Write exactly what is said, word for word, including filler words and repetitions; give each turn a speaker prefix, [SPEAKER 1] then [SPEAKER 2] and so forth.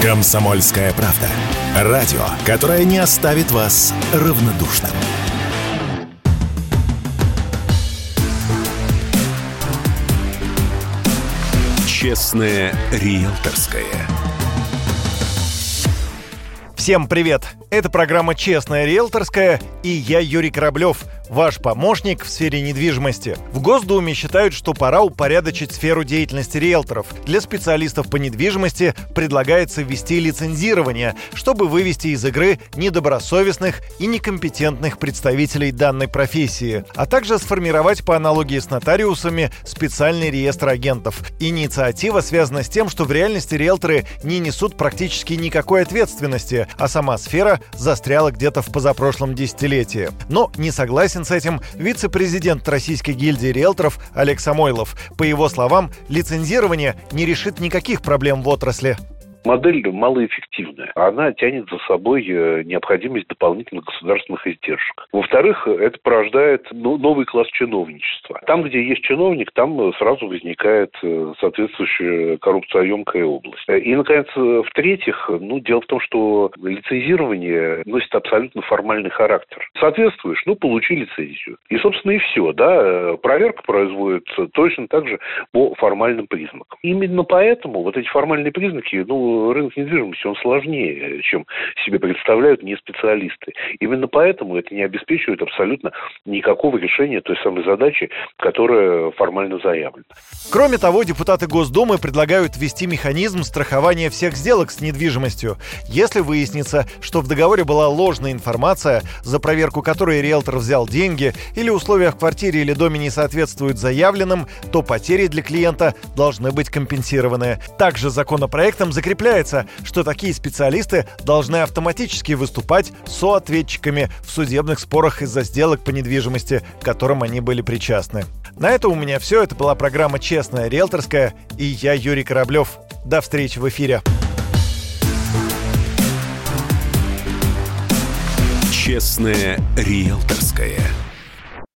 [SPEAKER 1] «Комсомольская правда». Радио, которое не оставит вас равнодушным. Честное риэлторское.
[SPEAKER 2] Всем привет! Это программа «Честная риэлторская» и я, Юрий Кораблев, ваш помощник в сфере недвижимости. В Госдуме считают, что пора упорядочить сферу деятельности риэлторов. Для специалистов по недвижимости предлагается ввести лицензирование, чтобы вывести из игры недобросовестных и некомпетентных представителей данной профессии, а также сформировать по аналогии с нотариусами специальный реестр агентов. Инициатива связана с тем, что в реальности риэлторы не несут практически никакой ответственности, а сама сфера застряла где-то в позапрошлом десятилетии. Но не согласен с этим вице-президент Российской гильдии риэлторов Олег Самойлов. По его словам, лицензирование не решит никаких проблем в отрасли.
[SPEAKER 3] Модель малоэффективная. Она тянет за собой необходимость дополнительных государственных издержек. Во-вторых, это порождает ну, новый класс чиновничества. Там, где есть чиновник, там сразу возникает соответствующая коррупциоемкая область. И, наконец, в-третьих, ну, дело в том, что лицензирование носит абсолютно формальный характер. Соответствуешь, ну, получи лицензию. И, собственно, и все, да. Проверка производится точно так же по формальным признакам. Именно поэтому вот эти формальные признаки, ну, рынок недвижимости, он сложнее, чем себе представляют не специалисты. Именно поэтому это не обеспечивает абсолютно никакого решения той самой задачи, которая формально заявлена.
[SPEAKER 2] Кроме того, депутаты Госдумы предлагают ввести механизм страхования всех сделок с недвижимостью. Если выяснится, что в договоре была ложная информация, за проверку которой риэлтор взял деньги, или условия в квартире или доме не соответствуют заявленным, то потери для клиента должны быть компенсированы. Также законопроектом закрепляется, что такие специалисты должны автоматически выступать соответчиками в судебных спорах из-за сделок по недвижимости, к которым они были причастны. На этом у меня все. Это была программа «Честная риэлторская» и я, Юрий Кораблев. До встречи в эфире.
[SPEAKER 1] Честная риэлторская.